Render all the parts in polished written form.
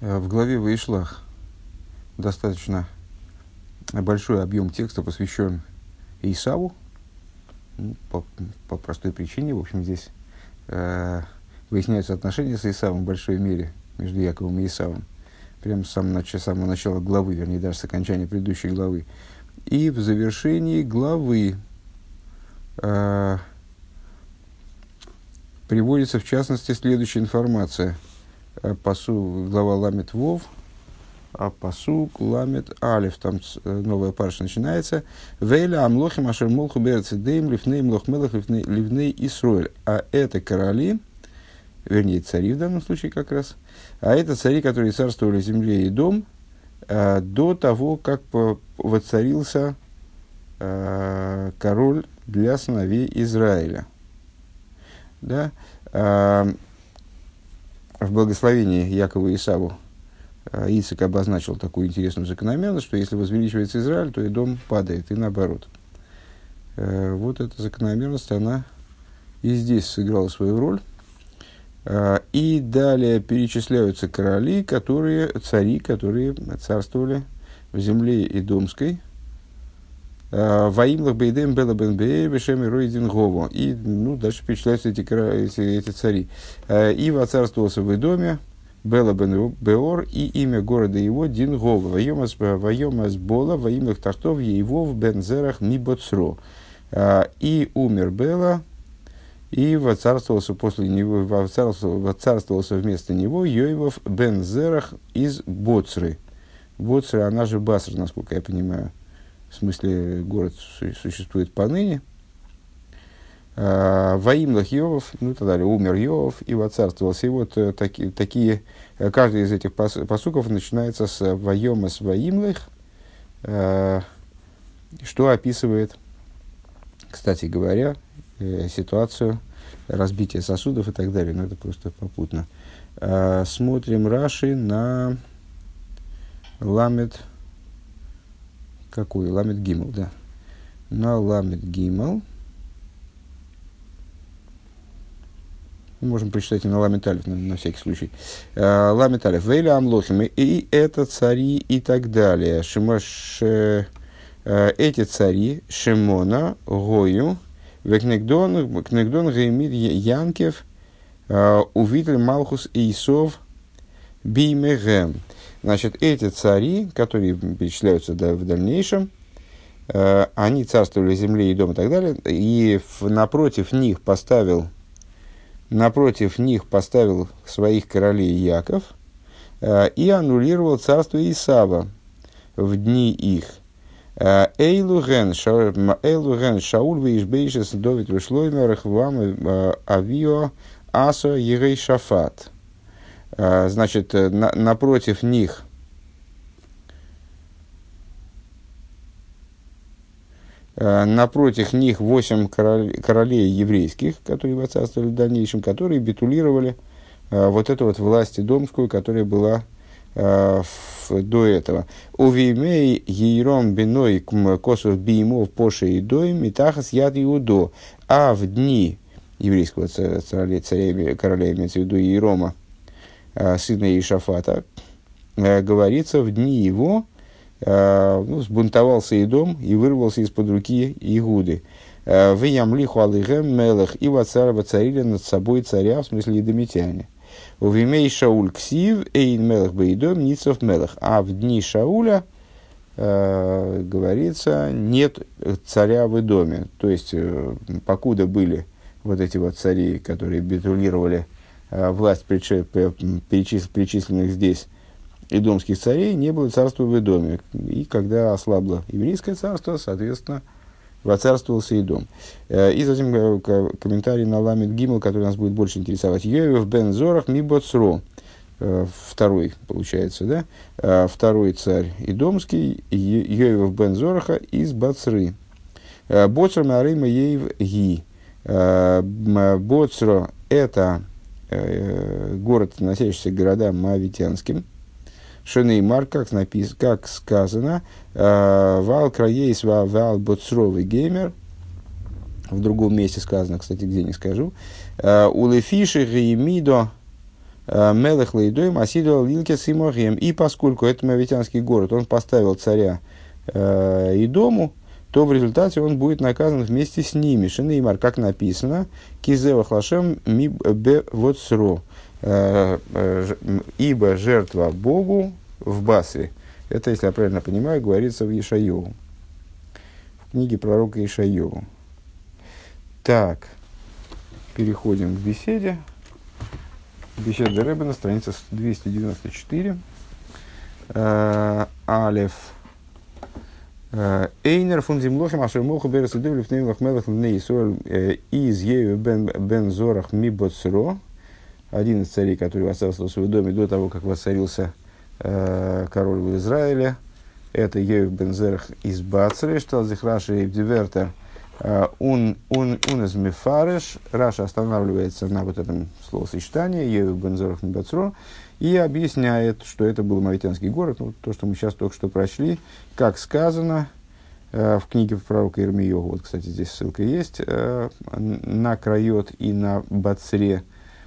В главе Ваишлах достаточно большой объем текста посвящен Исаву. По простой причине, в общем, здесь выясняются отношения с Исавом в большой мере между Яковом и Исавом. Прямо с самого начала главы, вернее, даже с окончания предыдущей главы. И в завершении главы приводится, в частности, следующая информация. Глава Ламет Вов, а пасук Ламет Алиф, там новая парша начинается. Вейля амлохим ашер молху берцедейм лифней млох мелах ливней Исроэль. А это короли, вернее, цари в данном случае как раз, а это цари, которые царствовали в земле и дом до того, как воцарился король для сыновей Израиля. Да? В благословении Якову и Исаву Ицхак обозначил такую интересную закономерность, что если возвеличивается Израиль, то и дом падает, и наоборот. Вот эта закономерность, она и здесь сыграла свою роль. И далее перечисляются цари, которые царствовали в земле Идомской. Ваимлах бейдем бела бен бей вешем ройдин гово. И дальше перечисляются эти цари. И воцарствовался в Идоме Бела бен Беор и имя города его Дин Гова. Вайомас Бола, Ваимлах Тартов, Ейвов бен Зерах Мибоцро. И умер Бела, и воцарствовался после него, воцарствовался вместо него Йоивов бен Зерах из Боцры. Боцры, она же Басра, насколько я понимаю. В смысле, город существует поныне. Ваимлах Йовов, и так далее, умер Йовов и воцарствовался. И вот такие, каждый из этих пасуков начинается с Вайомас Ваимлах, что описывает, кстати говоря, ситуацию разбития сосудов и так далее. Но это просто попутно. Смотрим Раши на Ламет. Какой? Ламет Гимл, да. На Ламет Гимл. Можем прочитать и на Ламет Алиф, на всякий случай. Ламет Алиф. Вейля Амлохим. И это цари и так далее. Эти цари Шимона, Гою, Кнегдон Геймид Янкев, Увитель Малхус Исов Бимегем. Значит, эти цари, которые перечисляются в дальнейшем, они царствовали в земле и дом и так далее, и напротив них поставил своих королей Яков и аннулировал царство Исава в дни их. Эйлуген Шауль Вейшбейшес Довид Вишлоймер Хвам Авио Асо Ерей Шафат. Значит, напротив них напротив них 8 королей еврейских, которые воцарствовали в дальнейшем, которые битулировали вот эту вот власть домскую, которая была до этого. Увимей Ейром Биной Косов Биимов Поше и Дой Митахас Яд Иудо. А в дни еврейского короля, имеется в виду Ейрома, сына Иешафата, говорится, в дни его сбунтовался Идом и вырвался из-под руки Игуды. В Ямлиху Алыгем Мелах и воцарили над собой царя, в смысле идомитяне. В имей Шауль Ксив Эйн Мелах Бейдом Ницов Мелах. А в дни Шауля, говорится, нет царя в Идоме. То есть, покуда были вот эти вот цари, которые битулировали власть перечисленных здесь идомских царей, не было царства в Идоме. И когда ослабло еврейское царство, соответственно, воцарствовался Идом. И затем комментарий на Ламет Гимл, который нас будет больше интересовать. Йоев бен Зорах Мибоцро. Второй, получается, да? Второй царь Идомский, Йоев бен Зораха из Бацры. Боцро Марыма Еев Ги. Боцро – это город, относящийся к городам моавитянским. Шенеймар, как сказано, Вал Краейс Вал Боцровый Геймер. В другом месте сказано, кстати, где не скажу. Улефиши Геймидо Мелех Лейдой Масидуал Лилке Симохем. И поскольку это моавитянский город, он поставил царя Идому, то в результате он будет наказан вместе с ними. Шинеймар, как написано, Кизева Хлашем ми бе воцро. Ибо жертва Богу в Басре. Это, если я правильно понимаю, говорится в Ишайову. В книге пророка Ишайову. Так, переходим к беседе. Беседа Ребена, страница 294. Алеф. Эйнер фун зимлохим ашер моху берес идем лифнеим лахмелах лней Исраэль из ею бен зорах ми боцро. Один из царей, который воцарствовал в своем доме до того, как воцарился король в Израиле. Это Еев бен Зерах из Бацры, что здесь Раши и Бдивертер он из Мефареш. Раша останавливается на вот этом словосочетании Еев бен Зерах ми Бацро и объясняет, что это был моавитянский город, ну, то, что мы сейчас только что прочли, как сказано в книге пророка Ирмиёву. Вот, кстати, здесь ссылка есть на Крайот и на Бацре.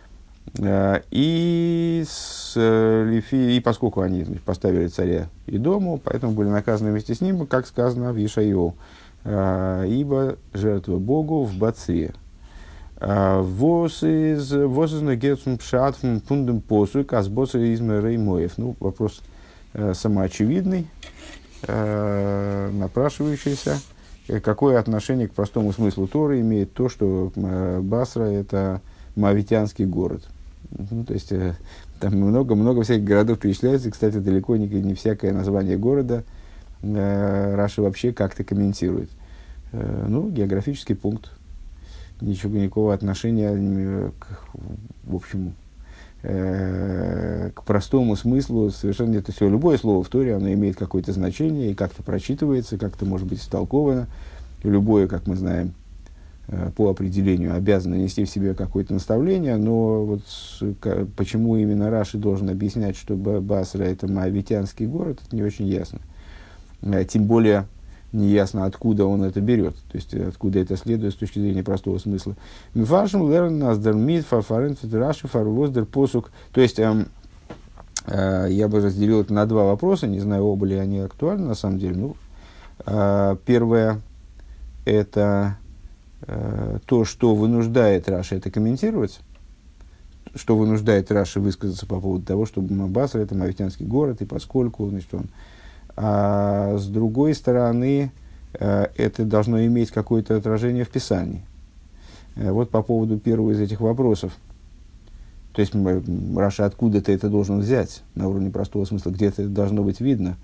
И поскольку они поставили царя Идому, поэтому были наказаны вместе с ним, как сказано в Ишайову, ибо жертва Богу в Бацре. Воз из Нагетсум Пшатфм Пундем Посу, Казбоса из Реймоев. Ну, вопрос самоочевидный, напрашивающийся. Какое отношение к простому смыслу Торы имеет то, что Басра – это моавитянский город? Ну, то есть, там много всяких городов перечисляется. Кстати, далеко не всякое название города Раши вообще как-то комментирует. Ну, географический пункт. Никакого отношения в общем, к простому смыслу совершенно нет. Все, любое слово в Торе, оно имеет какое-то значение и как-то прочитывается, как-то может быть истолковано. Любое, как мы знаем, по определению обязано нести в себе какое-то наставление, но вот почему именно Раши должен объяснять, что Басра – это моавитянский город, это не очень ясно. Тем более не ясно, откуда он это берет, то есть откуда это следует с точки зрения простого смысла. То есть я бы разделил это на два вопроса, не знаю, оба ли они актуальны на самом деле. Ну, первое – это то, что вынуждает Раши это комментировать, что вынуждает Раши высказаться по поводу того, что Басра – это моавитянский город, и поскольку, значит, он. А с другой стороны, это должно иметь какое-то отражение в Писании. Вот по поводу первого из этих вопросов. То есть, Раши откуда-то это должен взять, на уровне простого смысла, где-то это должно быть видно.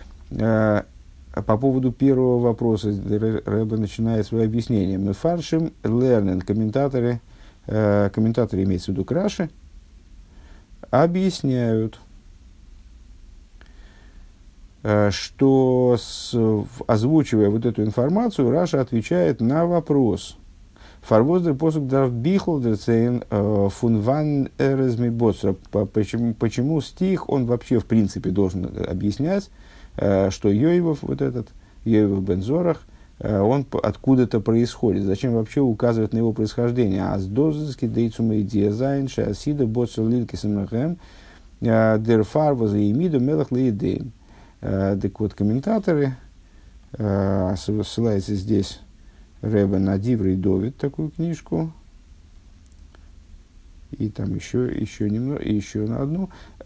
По поводу первого вопроса Ребе начинает свое объяснение. Мефаршим лернен, комментаторы имеется в виду к Раши, объясняют, что, озвучивая вот эту информацию, Раша отвечает на вопрос. Фарвоздер посук дарф бихлдер цейн фун ван эрезми боцра. Почему стих, он вообще в принципе должен объяснять, что Йоевов, вот этот, Йоевов бен Зорах, он откуда-то происходит. Зачем вообще указывать на его происхождение? А с дозыски дейцума идея зайн шасида боцра лилки самахэм дерфар возаимиду мелах леидеем. Так вот, комментаторы, ссылается здесь Ребе на Диврей Довид, такую книжку, и там еще немного, и еще на одну,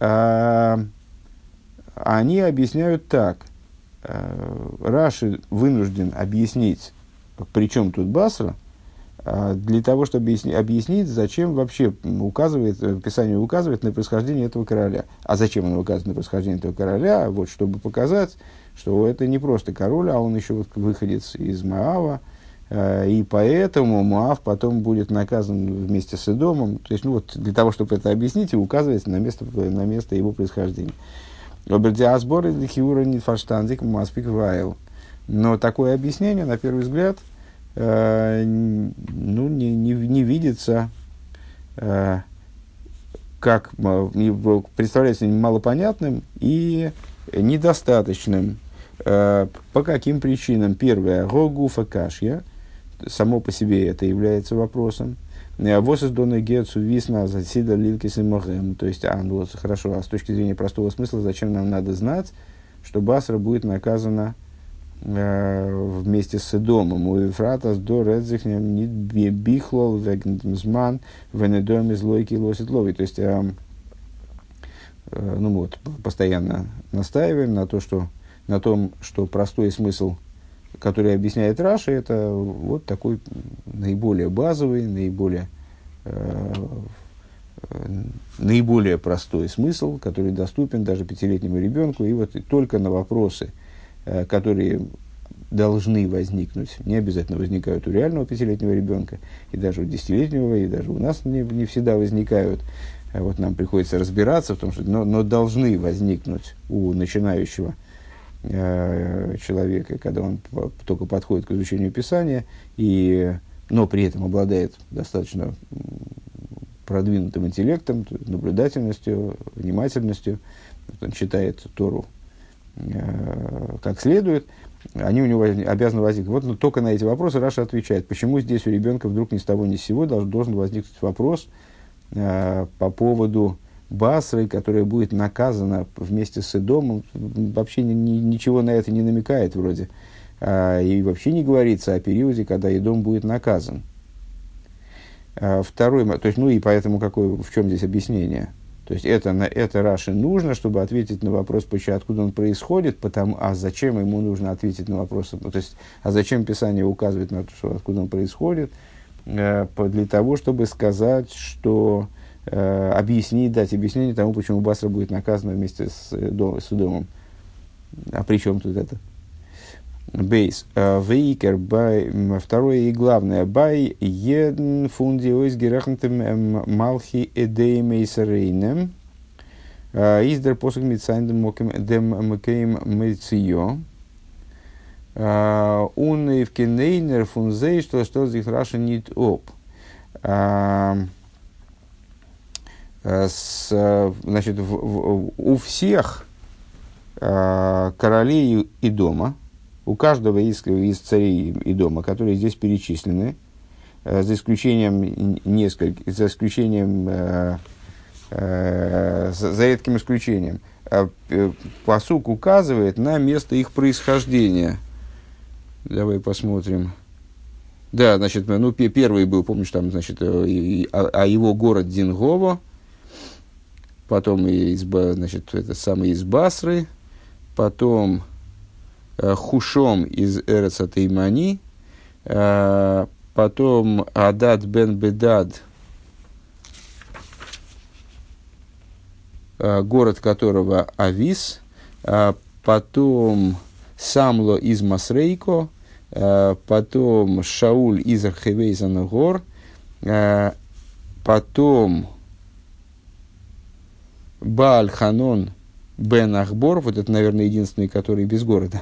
они объясняют так. Раши вынужден объяснить, при чем тут Басра, для того, чтобы объяснить, зачем вообще Писание указывает на происхождение этого короля. А зачем оно указывает на происхождение этого короля? Вот, чтобы показать, что это не просто король, а он еще вот выходец из Моава, и поэтому Моав потом будет наказан вместе с Эдомом. То есть, ну, вот, для того, чтобы это объяснить, и указывать на место его происхождения. Но такое объяснение, на первый взгляд, не видится, как представляется малопонятным и недостаточным. По каким причинам? Первое, рогуфа кашья, само по себе это является вопросом. Вот из Дона Гецу Висна Засида Лилкис и Мохем. То есть, ну, вот, хорошо, а с точки зрения простого смысла, зачем нам надо знать, что Басра будет наказана вместе с Содомом? У Ефратас до Редзихнем нит бихлол вегнзман венедоме злойки лоситловой. То есть, ну вот, постоянно настаиваем на том, что простой смысл, который объясняет Раши, это вот такой наиболее базовый, наиболее простой смысл, который доступен даже пятилетнему ребенку. И вот только на вопросы, которые должны возникнуть, не обязательно возникают у реального пятилетнего ребенка, и даже у десятилетнего, и даже у нас не всегда возникают. Вот нам приходится разбираться в том, что, но должны возникнуть у начинающего человека, когда он только подходит к изучению Писания, но при этом обладает достаточно продвинутым интеллектом, наблюдательностью, внимательностью, он читает Тору как следует, они у него обязаны возникнуть. Вот, но только на эти вопросы Раша отвечает, почему здесь у ребенка вдруг ни с того ни с сего должен возникнуть вопрос по поводу Басры, которая будет наказана вместе с Эдомом. Вообще ничего на это не намекает вроде. И вообще не говорится о периоде, когда Эдом будет наказан. Второй, то есть, ну и поэтому в чем здесь объяснение? То есть это Раши нужно, чтобы ответить на вопрос, откуда он происходит, а зачем ему нужно ответить на вопрос, то есть, а зачем Писание указывает на то, откуда он происходит, для того, чтобы сказать, что дать объяснение тому, почему Басра будет наказана вместе с Эдомом. А при чем тут это? Бейс. Вейкер, второе и главное. Бай еден фундиоис герахнтем малхи эдеймейсерейнем. Издер посук митсайндем мокем эдем макеем мейцио. Он и в кенейнер фунзей, что здесь Раша нит оп. Значит, у всех королей Идома, у каждого из царей Идома, которые здесь перечислены, за исключением за редким исключением, пасук указывает на место их происхождения. Давай посмотрим. Да, значит, ну, первый был, помнишь, там, значит, его город Дингово, потом значит, это самый из Басры, потом Хушом из Эреца Теймани, потом Адад бен Бедад, город которого Авис, потом Самло из Масрейко, потом Шауль из Архевейзана-гор, потом Бааль-Ханон бен Ахбор, вот это, наверное, единственный, который без города.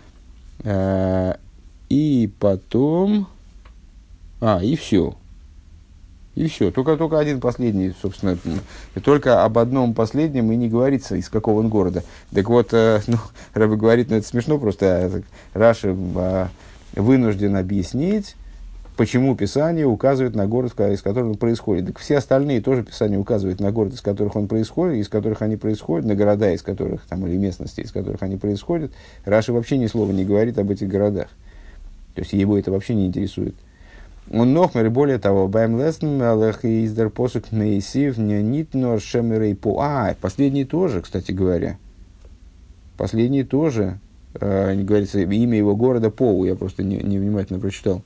И потом... и все. И все. Только один последний, собственно. И только об одном последнем и не говорится, из какого он города. Так вот, Рэбе говорит, это смешно, просто Раши вынужден объяснить, почему Писание указывает на город, из которого он происходит. Так все остальные тоже Писание указывает на город, из которых он происходит, из которых они происходят, на города, из которых, там, или местности, из которых они происходят. Раши вообще ни слова не говорит об этих городах. То есть его это вообще не интересует. Он нохмер, более того, байм лесн, алех издер посук нейсив, нит нор шемерей по... Последний тоже, кстати говоря. Последний тоже, не говорится, имя его города Поу, я просто невнимательно прочитал.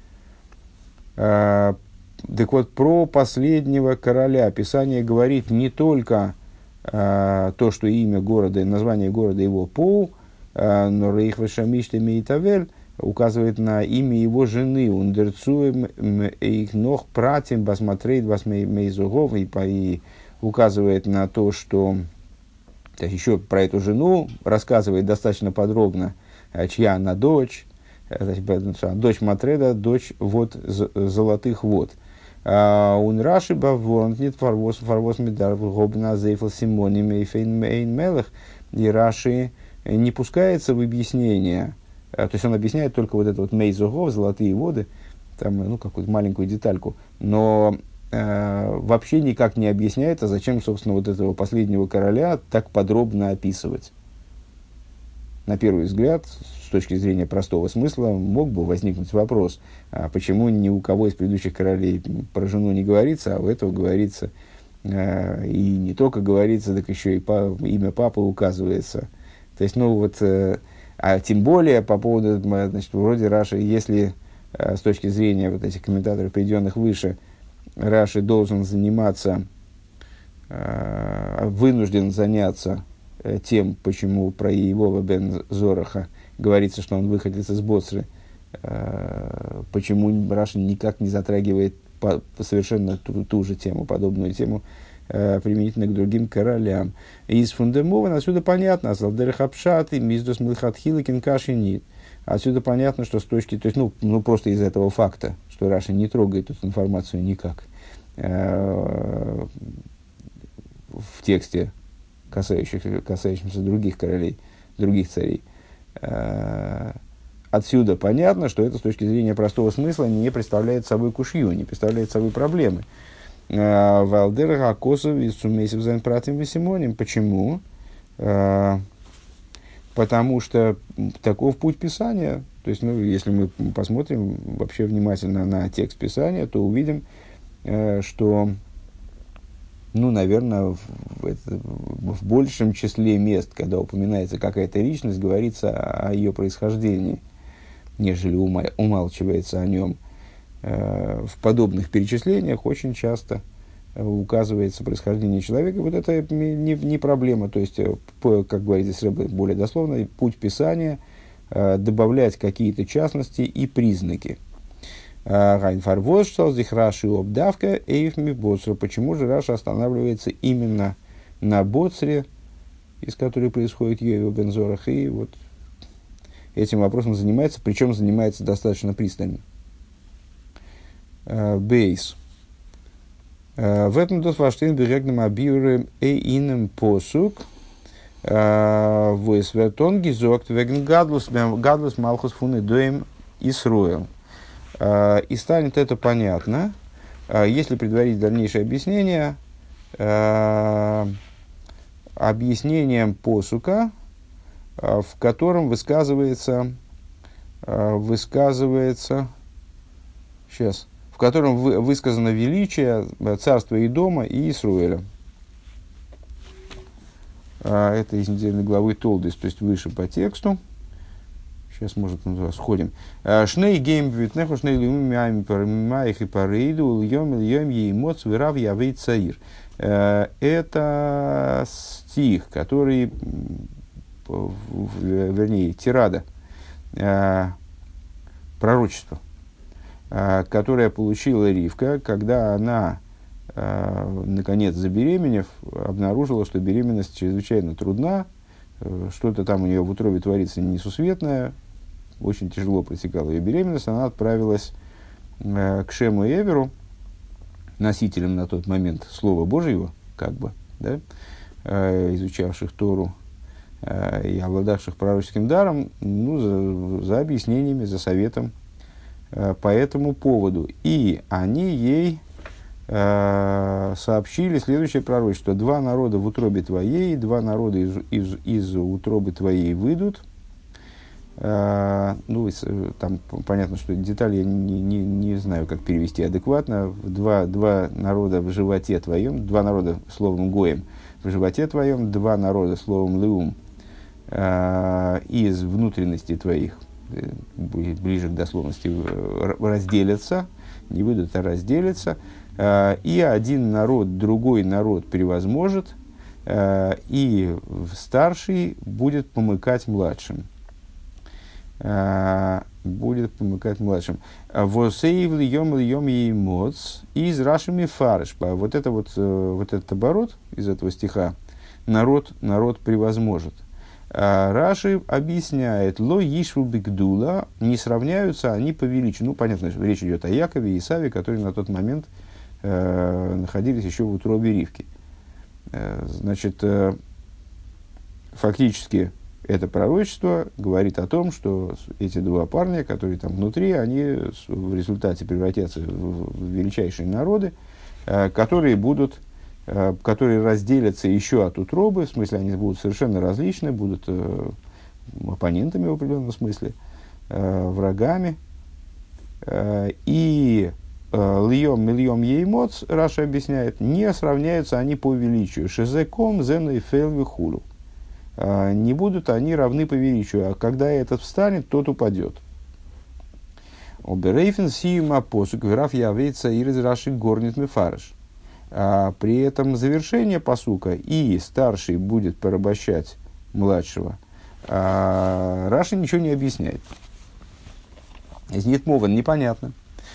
Так вот, про последнего короля Писание говорит не только то, что имя города, название города его Поу, но Рейх Вашамиште Мейтавель указывает на имя его жены, Ундерцуем их ног пратим басматрейд басмейзугов, и указывает на то, что еще про эту жену рассказывает достаточно подробно, чья она дочь, дочь Матреда, дочь золотых вод. Он Раши бавонтнит фарвос медар гобна зейфл симони мейфейн мелех, и Раши не пускается в объяснение. То есть он объясняет только вот это вот мейзугов, золотые воды, там, ну, какую-то маленькую детальку, но вообще никак не объясняется, зачем, собственно, вот этого последнего короля так подробно описывать. На первый взгляд, с точки зрения простого смысла, мог бы возникнуть вопрос, а почему ни у кого из предыдущих королей про жену не говорится, а у этого говорится, и не только говорится, так еще и имя папы указывается. То есть, ну вот, а тем более по поводу, значит, вроде Раши, если с точки зрения вот этих комментаторов, приведенных выше, Раши должен заниматься, вынужден заняться тем, почему про Иова бен Зораха говорится, что он выходец из Боцры, почему Раши никак не затрагивает совершенно ту же тему, подобную тему, применительно к другим королям. Из Фундемован отсюда понятно, Салдерхапшаты, Миздос Милхатхила, Кинкаши нет. Отсюда понятно, что с точки, то есть, ну просто из этого факта, что Раши не трогает эту информацию никак в тексте, касающимся других королей, других царей. Отсюда понятно, что это с точки зрения простого смысла не представляет собой кушью, не представляет собой проблемы. Валдер Гакосов из Сумейсев Зайн Пратим Весимоним. Почему? Потому что таков путь Писания. То есть, ну, если мы посмотрим вообще внимательно на текст Писания, то увидим, что, ну, наверное, в большем числе мест, когда упоминается какая-то личность, говорится о ее происхождении, нежели умалчивается о нем. В подобных перечислениях очень часто указывается происхождение человека. Вот это не проблема. То есть, как говорит здесь Рэбе более дословно, путь Писания добавлять какие-то частности и признаки. Почему же Раша останавливается именно на Боцре, из которой происходит Йова бен Зорах, и вот этим вопросом занимается, причем занимается достаточно пристально. Бейс. В этом дос ваштейн берегнем абиурем инем посук весвертон гизокт веген гадлус малхус фун идоем Исруэл. И станет это понятно, если предварить дальнейшее объяснение объяснением посука, в котором высказывается сейчас, в котором высказано величие царства Идома и Исруэля. Это из недельной главы Толдис, то есть выше по тексту. Сейчас, может, мы туда сходим. Шней гейм бивитнеху, шней лимами пармимаих и парейду, льем еймоц, вирав явей цаир. Это стих, который, вернее, тирада, пророчество, которое получила Ривка, когда она, наконец, забеременев, обнаружила, что беременность чрезвычайно трудна, что-то там у нее в утробе творится несусветное, очень тяжело протекала ее беременность, она отправилась к Шему и Эверу, носителям на тот момент Слова Божьего, как бы, да, изучавших Тору и обладавших пророческим даром, ну, за объяснениями, за советом по этому поводу. И они ей сообщили следующее пророчество: два народа в утробе твоей, два народа из утробы твоей выйдут. Ну, там понятно, что детали я не знаю, как перевести адекватно. Два народа в животе твоем, два народа словом гоем в животе твоем, два народа словом леум из внутренностей твоих, ближе к дословности, разделятся, не выйдут, а разделятся. И один народ другой народ превозможет, и старший будет помыкать младшим. Будет помыкать младшим. Восейв льем еймоц из рашами фарш. Вот этот оборот из этого стиха народ превозможет. Раши объясняет: ло ишву бигдула, не сравняются они по величию. Ну, понятно, что речь идет о Якове и Исаве, которые на тот момент находились еще в утробе Ривки. Значит, фактически это пророчество говорит о том, что эти два парня, которые там внутри, они в результате превратятся в величайшие народы, которые разделятся еще от утробы, в смысле, они будут совершенно различны, будут оппонентами в определенном смысле, врагами. И льем мильем еймоц, Раша объясняет, не сравняются они по величию. Шезеком зеной фейлви хулу. Не будут они равны по величию, а когда этот встанет, тот упадет. Оберейфен сима посук граф явейца и Раши горнит мефарыш. При этом завершение посука и старший будет порабощать младшего. Раши ничего не объясняет. Из Нитмован непонятно.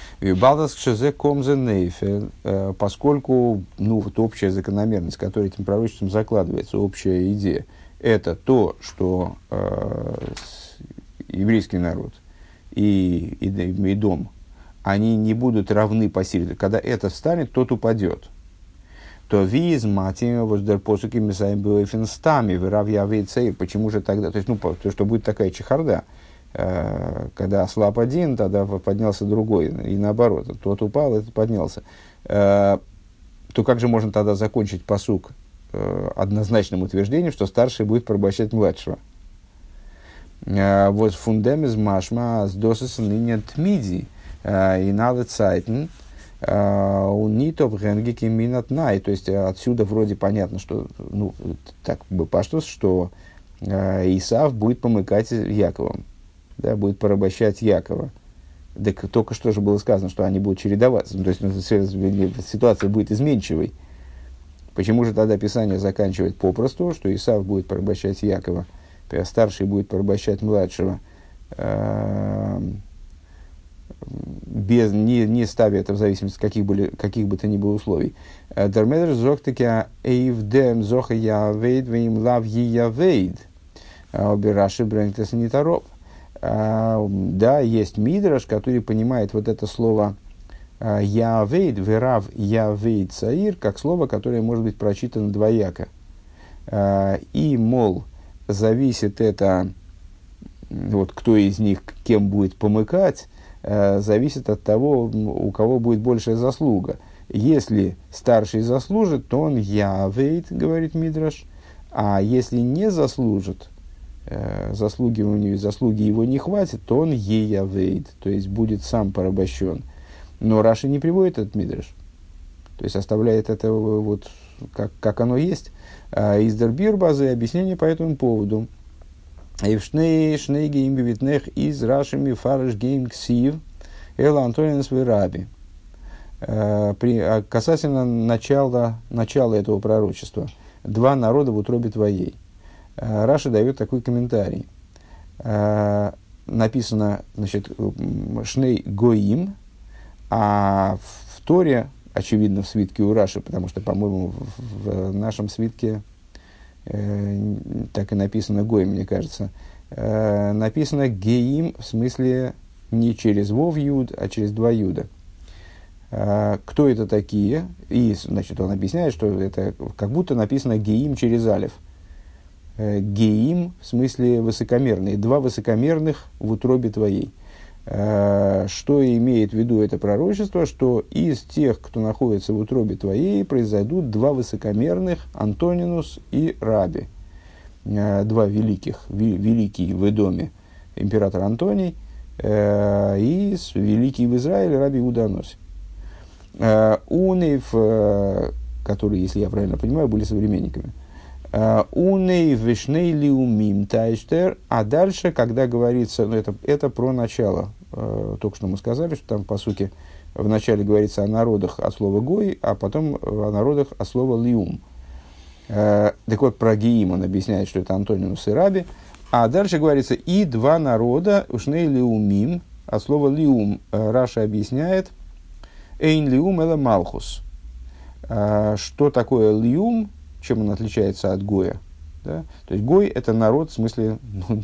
Поскольку вот общая закономерность, которая этим пророчеством закладывается, общая идея, это то, что еврейский народ и дом, они не будут равны по силе. Когда это встанет, тот упадет. То виз матим воздер посуки мисаим бюэфенстами выравьявейцей. Почему же тогда? То есть, то, что будет такая чехарда. Когда слаб один, тогда поднялся другой, и наоборот, тот упал, этот поднялся. То как же можно тогда закончить пасук однозначным утверждением, что старший будет порабощать младшего? Вот фундамез машма с досыс ныне тмиди и надо цайтен у нитов генгики минат най. То есть отсюда вроде понятно, что так бы пошло, что Исав будет помыкать Яковом. Да, будет порабощать Якова. Так только что же было сказано, что они будут чередоваться. То есть ситуация будет изменчивой. Почему же тогда Писание заканчивает попросту, что Исав будет порабощать Якова, старший будет порабощать младшего, не ставя это в зависимости от каких бы то ни было условий. Дармедр зохтаки эйвдем зоха явейд веим лав явейд. Обираши брэнктес нитаров. Да, есть мидраш, который понимает вот это слово «явейд», «верав явейд цаир», как слово, которое может быть прочитано двояко. И, мол, зависит это, вот кто из них кем будет помыкать, зависит от того, у кого будет большая заслуга. Если старший заслужит, то он «явейд», говорит мидраш, а если не заслужит, заслуги его не хватит, то он еявейд, то есть будет сам порабощен. Но Раши не приводит этот мидраш, то есть оставляет это вот как оно есть. Из Дербирбазы объяснение по этому поводу. Эвшней шнейгейм бивитнех из Рашими фараш гейм ксив эла антонинс вираби. Касательно начала этого пророчества. Два народа в утробе твоей. Раши дает такой комментарий. Написано, значит, «шней гоим», а в Торе, очевидно, в свитке у Раши, потому что, по-моему, в нашем свитке так и написано «гоим», мне кажется, написано «геим», в смысле не через вов юд, а через два юда. Кто это такие? И, значит, он объясняет, что это как будто написано «геим» через алиф. Геим, в смысле высокомерные, два высокомерных в утробе твоей. Что имеет в виду это пророчество? Что из тех, кто находится в утробе твоей, произойдут два высокомерных, Антонинус и Раби. Два великий в Эдоме, император Антоний, и великий в Израиле, Раби Иуда-Носи. Унев, которые, если я правильно понимаю, были современниками. Уней вишней лиумим тайштер. А дальше, когда говорится, это про начало. Только что мы сказали, что там, по сути, в начале говорится о народах от слова гой, а потом о народах от слова лиум. Так вот, про геим он объясняет, что это Антонинус и Раби. А дальше говорится и два народа, ушней лиумим, от слова лиум. Раша объясняет, эйн лиум эла малхус. Что такое лиум? Чем он отличается от Гоя? Да? То есть Гой – это народ, в смысле,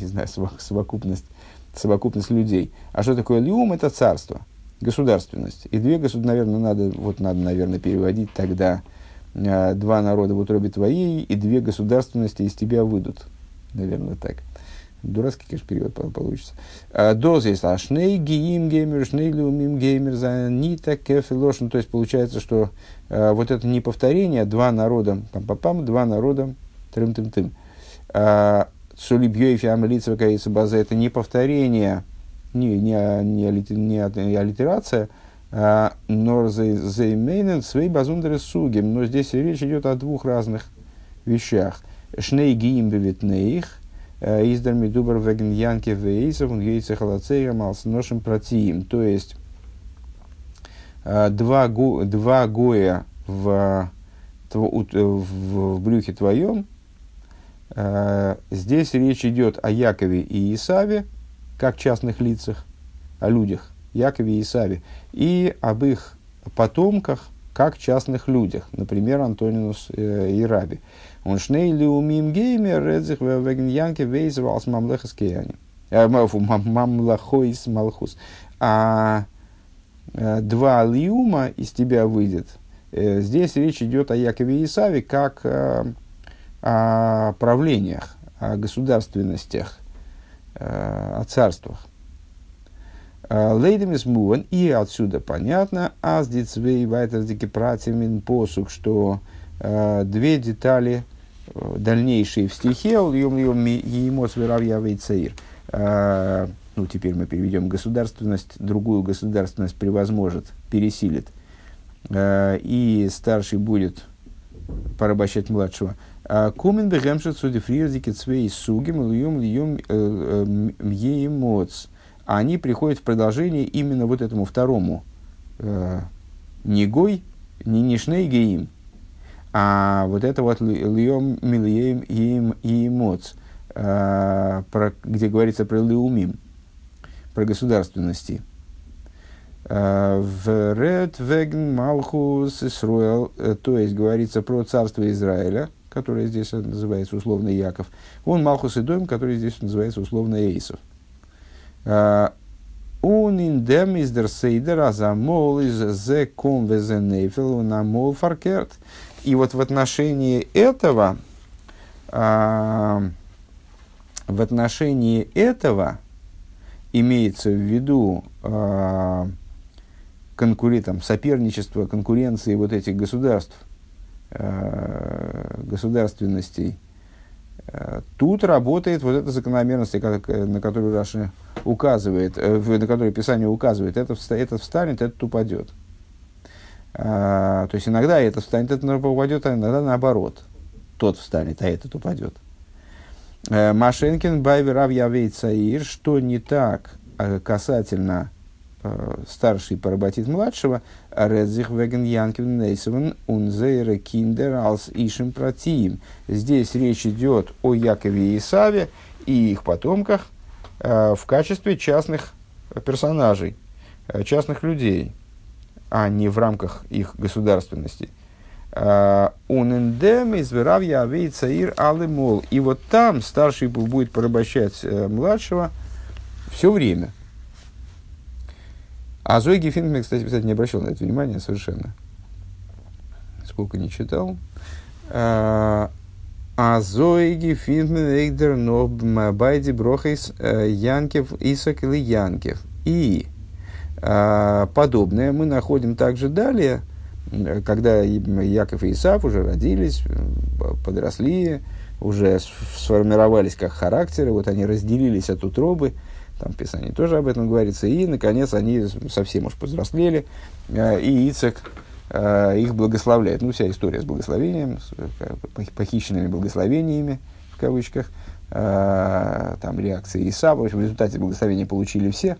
совокупность людей. А что такое Лиум? Это царство, государственность. И две государства, наверное, переводить тогда два народа в утробе твоей, и две государственности из тебя выйдут. Наверное, так. Дурацкий, конечно, перевод получится. Доз есть шней гиим геймер, шней люмим геймер, за нита кефилошн. То есть получается, что вот это не повторение, два народа, пам-пам-пам, два народа, трым-тым-тым. Сулибьёйфи амелицева каиса база, это не повторение, не аллитерация, но зеймейнен свей базундеры сугим. Но здесь речь идет о двух разных вещах. Шней гиим бевитнейх, издарми дубар веген янки вейсов, он гейцы халацейра малсношим протиим. То есть, два гоя в брюхе твоем. Здесь речь идет о Якове и Исаве, как частных лицах, о людях, Якове и Исаве, и об их потомках, как частных людях, например, Антонинус и Раби. Он шней леумим геймер, редзих веген янки вейзевалс мамлехаскеяни. Мамлахойс малхус. А два лиума из тебя выйдет. Здесь речь идет о Якове и Исаве, как о правлениях, о государственностях, о царствах. Лейдем из муван, и отсюда понятно, аздицвей вайтердики пратимин посук, что две детали дальнейшие в стихе, ну, теперь мы переведем государственность, другую государственность превозможет, пересилит, и старший будет порабощать младшего. Кумен бегемшет судифриердики цвей сугим льем емоц. Они приходят в продолжение именно вот этому второму. Не гой, не нишней геим, а вот это вот льем милеем емоц, где говорится про леумим, про государственности. В Ред Веген Малхус Исруэл, то есть говорится про царство Израиля, которое здесь называется условно Яков. Он Малхус и Дом, который здесь называется условно Эйсов. Он индем из дер сейдер азамол из зе ком везенейфел намол фаркерт. И вот в отношении этого имеется в виду соперничество, конкуренции вот этих государств, государственностей. Тут работает вот эта закономерность, на которую Раши указывает, на которую Писание указывает. Это встанет, этот упадет. То есть иногда это встанет, этот упадет, а иногда наоборот. Тот встанет, а этот упадет. Машенкин Байверав Явей Цаир, что не так касательно старший поработит младшего, Редзих Веген Янкин Нейсовен Унзейра Киндер Алс Ишим Протиим. Здесь речь идет о Якове и Исаве и их потомках в качестве частных персонажей, частных людей, а не в рамках их государственности. Унендем из Веравья Авей Цаир Алымол. И вот там старший будет порабощать младшего все время. А Зои Гефинтман, кстати, не обращал на это внимания совершенно. Сколько не читал. А Зои Гефинтман Эйдер но Байди Брохейс Янкев Исак или Янкев. И подобное мы находим также далее, когда Яков и Исав уже родились, подросли, уже сформировались как характеры, вот они разделились от утробы. Там в Писании тоже об этом говорится. И, наконец, они совсем уж повзрослели, и Ицек их благословляет. Ну, вся история с благословением, с похищенными благословениями, в кавычках, там реакции Исава. В общем, в результате благословения получили все,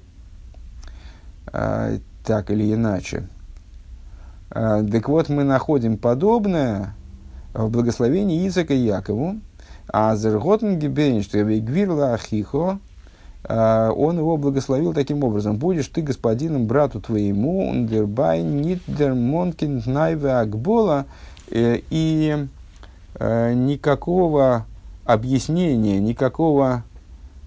так или иначе. Так вот, мы находим подобное в благословении Ицека и Якову. А Зерготен Гибенштеве Гвирла Ахихо, он его благословил таким образом: будешь ты господином брату твоему, ундербай нидер монкин найве акбола, и никакого объяснения, никакого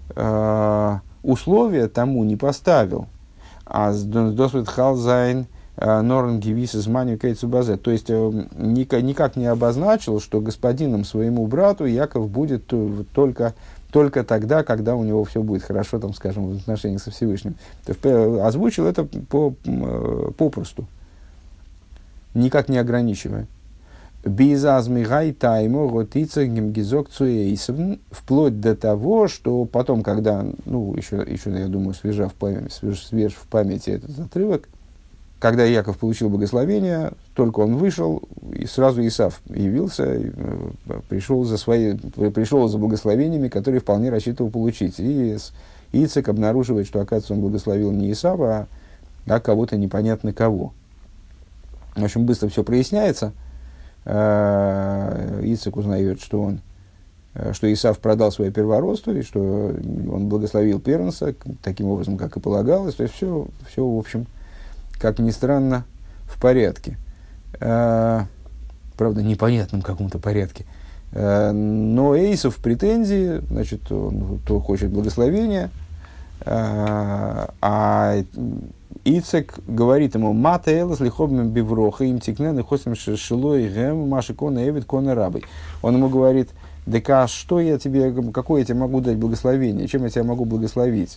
условия тому не поставил. А досвет халзайн Норн Гивис из Манию Кейцубазе. То есть, никак не обозначил, что господином своему брату Яков будет только тогда, когда у него все будет хорошо, там, скажем, в отношениях со Всевышним. То есть, озвучил это попросту, никак не ограничивая. Бизазмигай тайму готица гимгизок цуэйсовн, вплоть до того, что потом, когда, еще я думаю, свеж в памяти этот отрывок, когда Яков получил благословение, только он вышел, и сразу Исав явился, пришел за благословениями, которые вполне рассчитывал получить. И Ицек обнаруживает, что, оказывается, он благословил не Исава, а кого-то непонятно кого. В общем, быстро все проясняется. Ицек узнает, что Исав продал свое первородство, и что он благословил первенца, таким образом, как и полагалось. То есть, все в общем, как ни странно, в порядке. Правда, непонятном каком-то порядке. Но Эйсов в претензии, значит, он то хочет благословения, а Ицек говорит ему: «Мата элас лихобным бивроха, им тикнен и хосим шилой гэм маши кона эвид кона рабой». Он ему говорит: «Так а что я тебе, какое я тебе могу дать благословение? Чем я тебя могу благословить?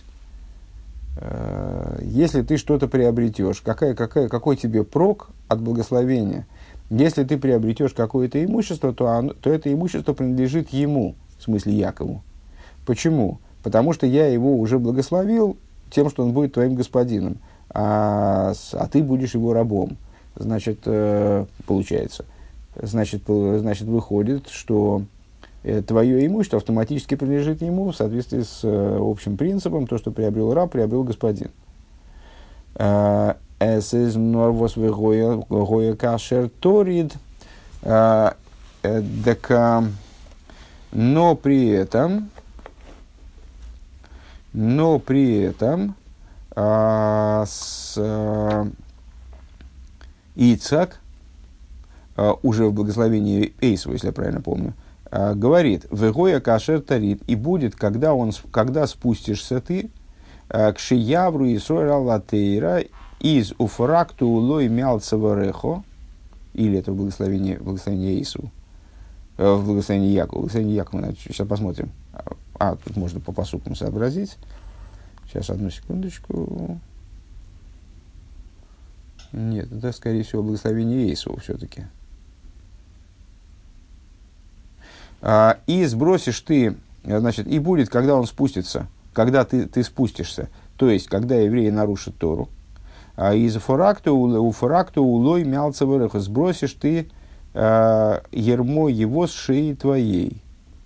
Если ты что-то приобретешь, какой тебе прок от благословения? Если ты приобретешь какое-то имущество, то это имущество принадлежит ему, в смысле Якову. Почему? Потому что я его уже благословил тем, что он будет твоим господином, а ты будешь его рабом». Значит, получается, значит, выходит, что твое имущество автоматически принадлежит ему в соответствии с общим принципом: то, что приобрел раб, приобрел господин. Но при этом Ицхак, уже в благословении Эйсова, если я правильно помню, говорит: «Вегоя кашер тарит», и будет, когда спустишься ты, к шиявру Исроэль аллатейра из уфракту улой мялцеварехо, или это в благословении Эйсу, в благословении Якова, сейчас посмотрим. Тут можно по посукам сообразить. Сейчас, одну секундочку. Нет, это, скорее всего, благословение Эйсу все-таки. И сбросишь ты, значит, и будет, когда он спустится, когда ты спустишься, то есть, когда евреи нарушат Тору, из форакту улой мялцевареха, сбросишь ты ярмо его с шеи твоей.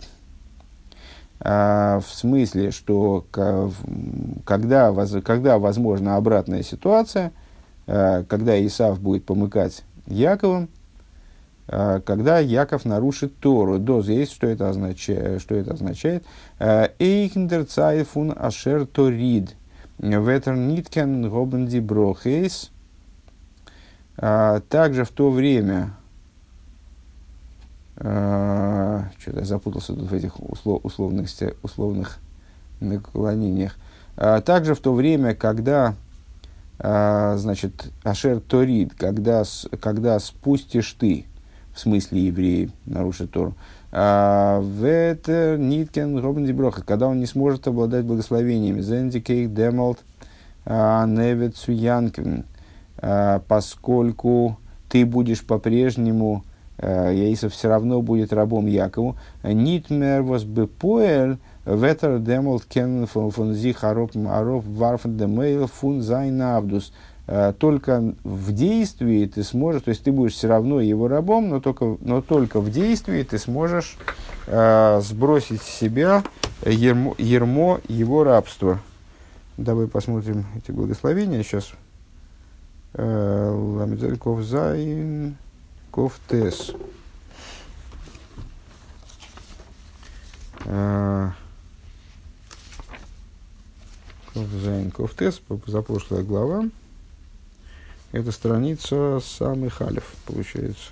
В смысле, что когда возможна обратная ситуация, когда Исав будет помыкать Яковом, когда Яков нарушит Тору. Здесь что это означает? Эйхндер цайфун ашер торид ветер ниткен гобенди брохейс. Также в то время, что-то я запутался тут в этих условных наклонениях. Также в то время, когда, значит, ашер торид, когда спустишь ты, в смысле евреи нарушат Тору, ветер ниткен гобенди броха, когда он не сможет обладать благословениями, зендикейк демалт невет суянкен, поскольку ты будешь по-прежнему, Яисов все равно будет рабом Якову. Нитмер вас бепоэль ветер демолт кен фон зих ароб варфен демейл фун зайн авдус. Только в действии ты сможешь, то есть ты будешь все равно его рабом, но только в действии ты сможешь сбросить с себя ярмо его рабства. Давай посмотрим эти благословения сейчас. Ламедзель ков зайн ков тес. Ков зайн ков тес, позапрошлая глава. Это страница самых алиф, получается.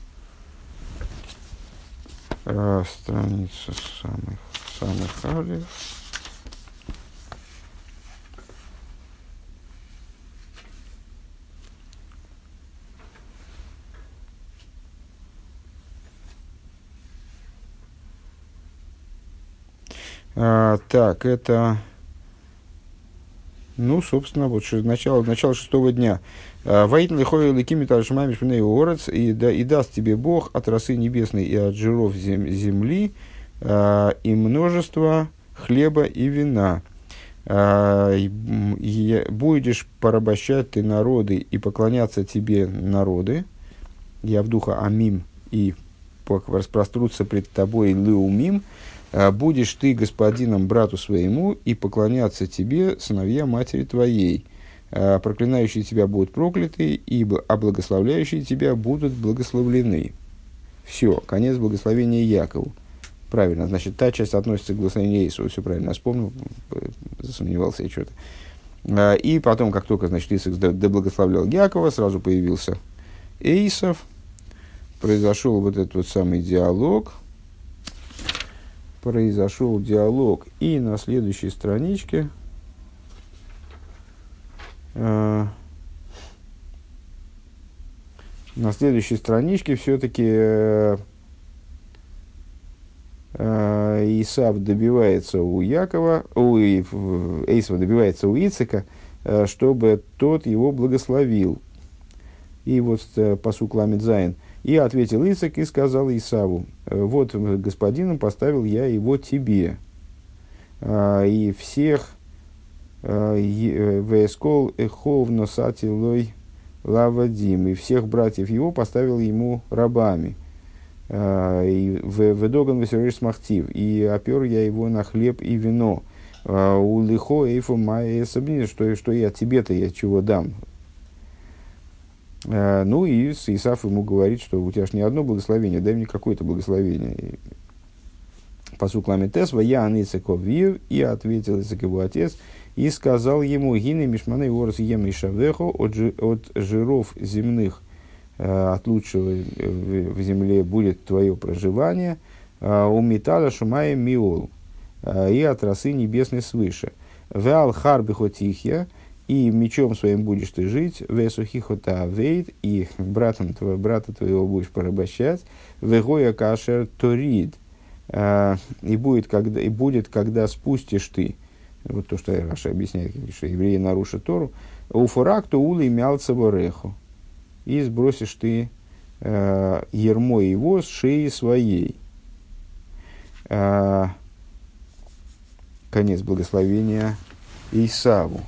Страница самых алиф. Так, это, ну, собственно, вот начало 6-го дня. «Ваитн лихой ликими таршмами шпиней орец, и даст тебе Бог от росы небесной и от жиров земли, и множество хлеба и вина. И будешь порабощать ты народы и поклоняться тебе народы, явдуха амим, и распрострутся пред тобой леумим, будешь ты господином брату своему и поклоняться тебе сыновья матери твоей. Проклинающие тебя будут прокляты, а благословляющие тебя будут благословлены». Все, конец благословения Якову. Правильно, значит, та часть относится к благословению Исава, все правильно, я вспомнил, засомневался я что-то. И потом, как только, значит, Исав доблагословлял Якова, сразу появился Эйсав, произошел вот этот вот самый диалог, и на следующей страничке все-таки Исав добивается у Якова, Эйсав добивается у Ицека, чтобы тот его благословил. И вот пасук ламид зайн. «И ответил Ицек и сказал Исаву: вот господином поставил я его тебе, и всех вескол эхов носати лой лавадим, и всех братьев его поставил ему рабами. И ведоган весереш смахтив, и опер я его на хлеб и вино. У лихо эйфо майя сабнин, что я тебе-то я чего дам». Ну и Исав ему говорит, что у тебя ж не одно благословение, дай мне какое-то благословение. Пасук ламид тес, ваян Ицеков вив, и ответил Ицек его отец, и сказал ему: гины мишманы ворос ем и шавдехо, от жиров земных от лучшего в земле будет твое проживание, у металла шумая миол, и от росы небесной свыше. Веал харбихо тихья, и мечом своим будешь ты жить, весухихота авейд, и брата твоего будешь порабощать, вегоя кашер торид, и будет, когда спустишь ты, вот то, что Раша объясняет, что евреи нарушат Тору, уфоракту улей мялцевореху, и сбросишь ты ярмо его с шеи своей. Конец благословения Исаву.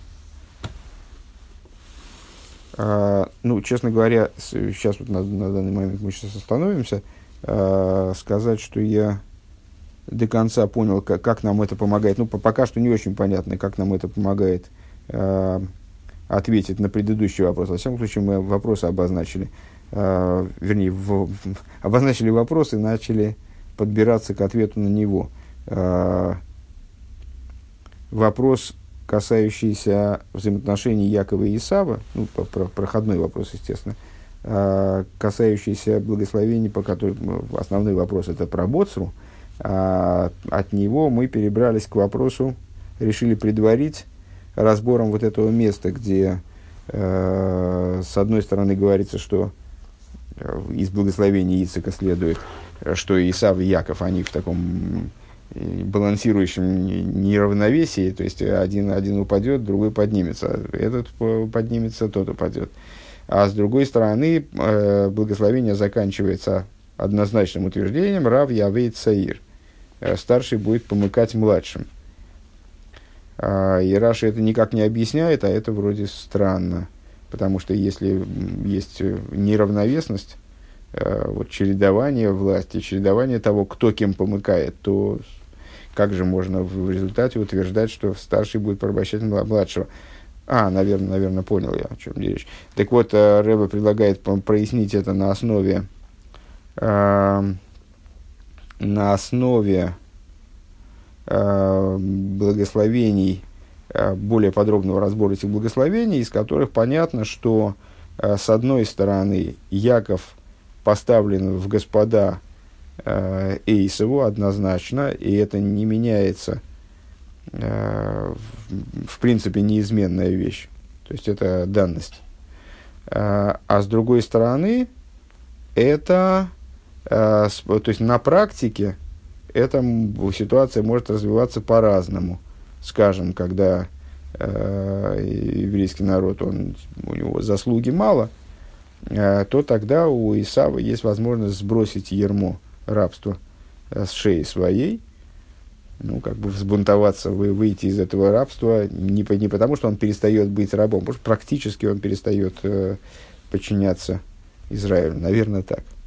Ну, честно говоря, сейчас вот на данный момент мы сейчас остановимся, сказать, что я до конца понял, как нам это помогает. Ну, пока что не очень понятно, как нам это помогает ответить на предыдущий вопрос. Во всяком случае, мы вопросы обозначили. Обозначили вопрос и начали подбираться к ответу на него. Вопрос, касающийся взаимоотношений Якова и Исава, ну, проходной вопрос, естественно, касающийся благословений, по которым основной вопрос это про Боцру, от него мы перебрались к вопросу, решили предварить разбором вот этого места, где с одной стороны говорится, что из благословения Ицека следует, что Исав и Яков, они в таком балансирующем неравновесии, то есть один упадет, другой поднимется, этот поднимется, тот упадет. А с другой стороны, благословение заканчивается однозначным утверждением: Рав Явейт Саир, старший будет помыкать младшим. И Раша это никак не объясняет, а это вроде странно, потому что если есть неравновесность, вот чередование власти, чередование того, кто кем помыкает, то как же можно в результате утверждать, что старший будет порабощать младшего? Наверное, понял я, о чем речь. Так вот, Ребе предлагает прояснить это на основе благословений, более подробного разбора этих благословений, из которых понятно, что с одной стороны Яков поставлен в господа Эйсову однозначно, и это не меняется, в принципе, неизменная вещь. То есть, это данность. А с другой стороны, это, то есть, на практике, эта ситуация может развиваться по-разному. Скажем, когда еврейский народ, у него заслуги мало, то тогда у Исава есть возможность сбросить ярмо рабства с шеи своей, как бы взбунтоваться, выйти из этого рабства не потому, что он перестает быть рабом, потому что практически он перестает подчиняться Израилю. Наверное, так.